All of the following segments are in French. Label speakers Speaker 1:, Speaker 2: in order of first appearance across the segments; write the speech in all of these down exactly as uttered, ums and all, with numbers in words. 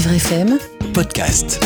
Speaker 1: Vivre F M Podcast.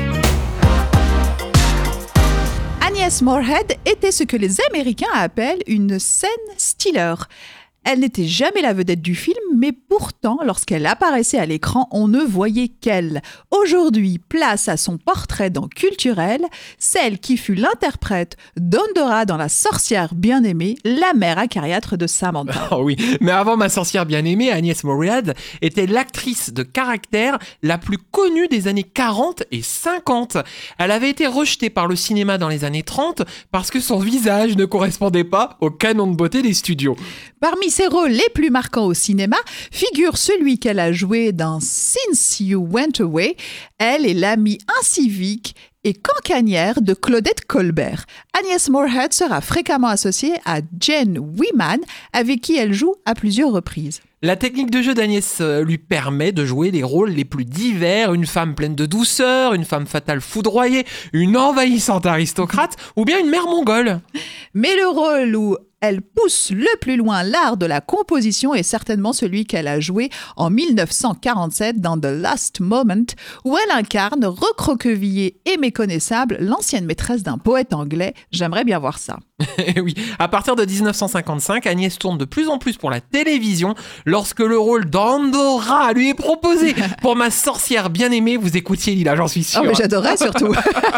Speaker 2: Agnes Moorehead était ce que les Américains appellent une scène Stiller. Elle n'était jamais la vedette du film, mais pourtant, lorsqu'elle apparaissait à l'écran, on ne voyait qu'elle. Aujourd'hui, place à son portrait dans Culturel, celle qui fut l'interprète d'Ondora dans La sorcière bien-aimée, la mère acariâtre de Samantha.
Speaker 3: Oh oui, mais avant Ma sorcière bien-aimée, Agnes Moorehead était l'actrice de caractère la plus connue des années quarante et cinquante. Elle avait été rejetée par le cinéma dans les années trente parce que son visage ne correspondait pas au canon de beauté des studios.
Speaker 2: Parmi ses rôles les plus marquants au cinéma figure celui qu'elle a joué dans Since You Went Away. Elle est l'amie incivique et cancanière de Claudette Colbert. Agnes Moorehead sera fréquemment associée à Jane Wyman, avec qui elle joue à plusieurs reprises.
Speaker 3: La technique de jeu d'Agnès lui permet de jouer les rôles les plus divers, une femme pleine de douceur, une femme fatale foudroyée, une envahissante aristocrate ou bien une mère mongole.
Speaker 2: Mais le rôle où elle pousse le plus loin l'art de la composition est certainement celui qu'elle a joué en dix-neuf cent quarante-sept dans The Last Moment, où elle incarne, recroquevillée et méconnaissable, l'ancienne maîtresse d'un poète anglais. J'aimerais bien voir ça.
Speaker 3: Et oui, à partir de dix-neuf cent cinquante-cinq, Agnès tourne de plus en plus pour la télévision lorsque le rôle d'Ondora lui est proposé. Pour Ma sorcière bien-aimée, vous écoutiez Lila, j'en suis sûr.
Speaker 2: Oh, mais j'adorais surtout.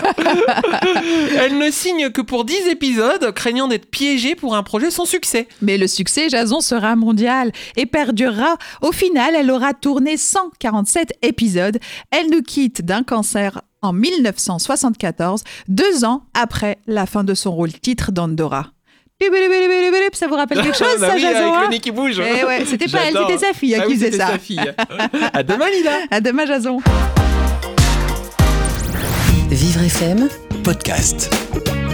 Speaker 3: Elle ne signe que pour dix épisodes, craignant d'être piégée pour un projet sans succès.
Speaker 2: Mais le succès, Jason, sera mondial et perdurera. Au final, elle aura tourné cent quarante-sept épisodes. Elle nous quitte d'un cancer en dix-neuf cent soixante-quatorze, deux ans après la fin de son rôle titre d'Ondora. Ça vous rappelle quelque chose,
Speaker 3: bah
Speaker 2: ça,
Speaker 3: oui,
Speaker 2: Jason,
Speaker 3: avec
Speaker 2: hein
Speaker 3: le nez qui bouge.
Speaker 2: Eh ouais, c'était pas
Speaker 3: J'adore.
Speaker 2: elle, c'était sa fille
Speaker 3: ah
Speaker 2: qui
Speaker 3: oui,
Speaker 2: faisait
Speaker 3: c'était
Speaker 2: ça.
Speaker 3: sa fille. À demain, Lila.
Speaker 2: À demain, Jason.
Speaker 1: Vivre F M Podcast.